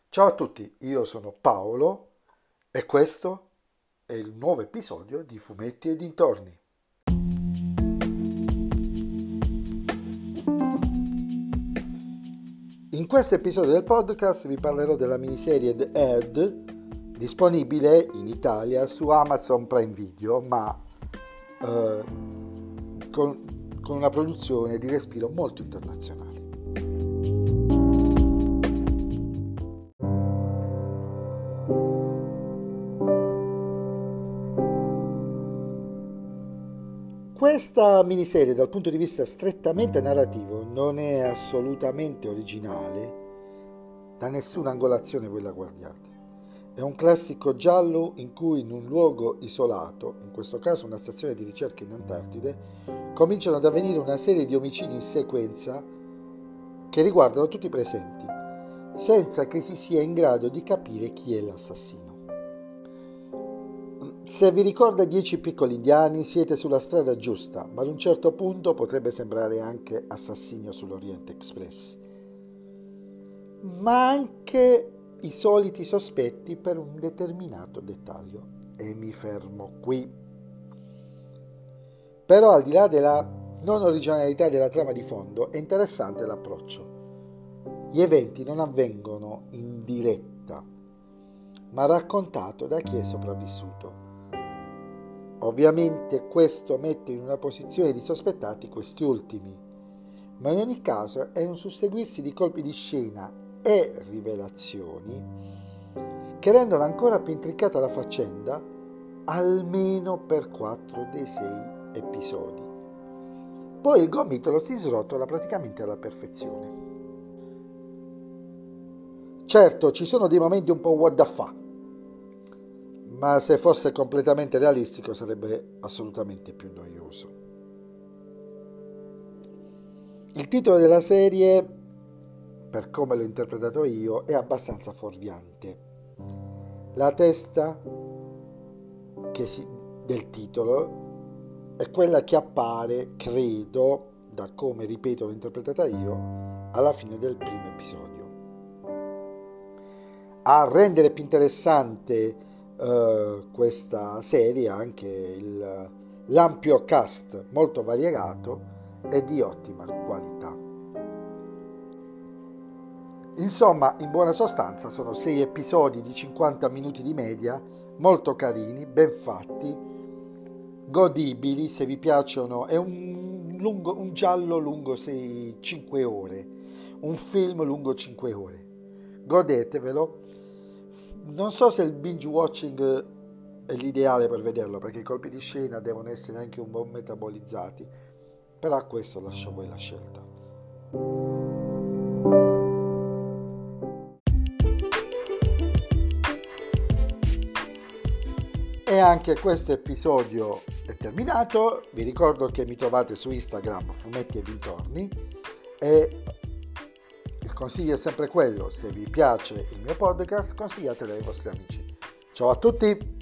Ciao a tutti, io sono Paolo e questo è il nuovo episodio di Fumetti e dintorni. In questo episodio del podcast vi parlerò della miniserie The Head, disponibile in Italia su Amazon Prime Video, ma eh, con una produzione di respiro molto internazionale. Questa miniserie dal punto di vista strettamente narrativo non è assolutamente originale da nessuna angolazione voi la guardiate. È un classico giallo in cui in un luogo isolato, in questo caso una stazione di ricerca in Antartide, cominciano ad avvenire una serie di omicidi in sequenza che riguardano tutti i presenti, senza che si sia in grado di capire chi è l'assassino. Se vi ricorda 10 piccoli indiani, siete sulla strada giusta, ma ad un certo punto potrebbe sembrare anche Assassinio sull'Oriente Express. Ma anche i soliti sospetti per un determinato dettaglio. E mi fermo qui. Però al di là della non originalità della trama di fondo, è interessante l'approccio. Gli eventi non avvengono in diretta, ma raccontato da chi è sopravvissuto. Ovviamente questo mette in una posizione di sospettati questi ultimi, ma in ogni caso è un susseguirsi di colpi di scena e rivelazioni che rendono ancora più intricata la faccenda, almeno per 4 dei 6 episodi. Poi il gomitolo si srotola praticamente alla perfezione. Certo, ci sono dei momenti un po' what the fuck, ma se fosse completamente realistico sarebbe assolutamente più noioso. Il titolo della serie, per come l'ho interpretato io, è abbastanza fuorviante. La testa del titolo è quella che appare, credo, da come, ripeto, l'ho interpretata io, alla fine del primo episodio. A rendere più interessante questa serie anche l'ampio cast molto variegato e di ottima qualità. Insomma, in buona sostanza sono 6 episodi di 50 minuti di media, molto carini, ben fatti, godibili se vi piacciono. È un giallo lungo 5 ore, un film lungo 5 ore. Godetevelo. Non so se il binge watching è l'ideale per vederlo, perché i colpi di scena devono essere anche un po' metabolizzati, però a questo lascio a voi la scelta. E anche questo episodio è terminato. Vi ricordo che mi trovate su Instagram Fumetti e dintorni, e il consiglio è sempre quello: se vi piace il mio podcast, consigliatelo ai vostri amici. Ciao a tutti!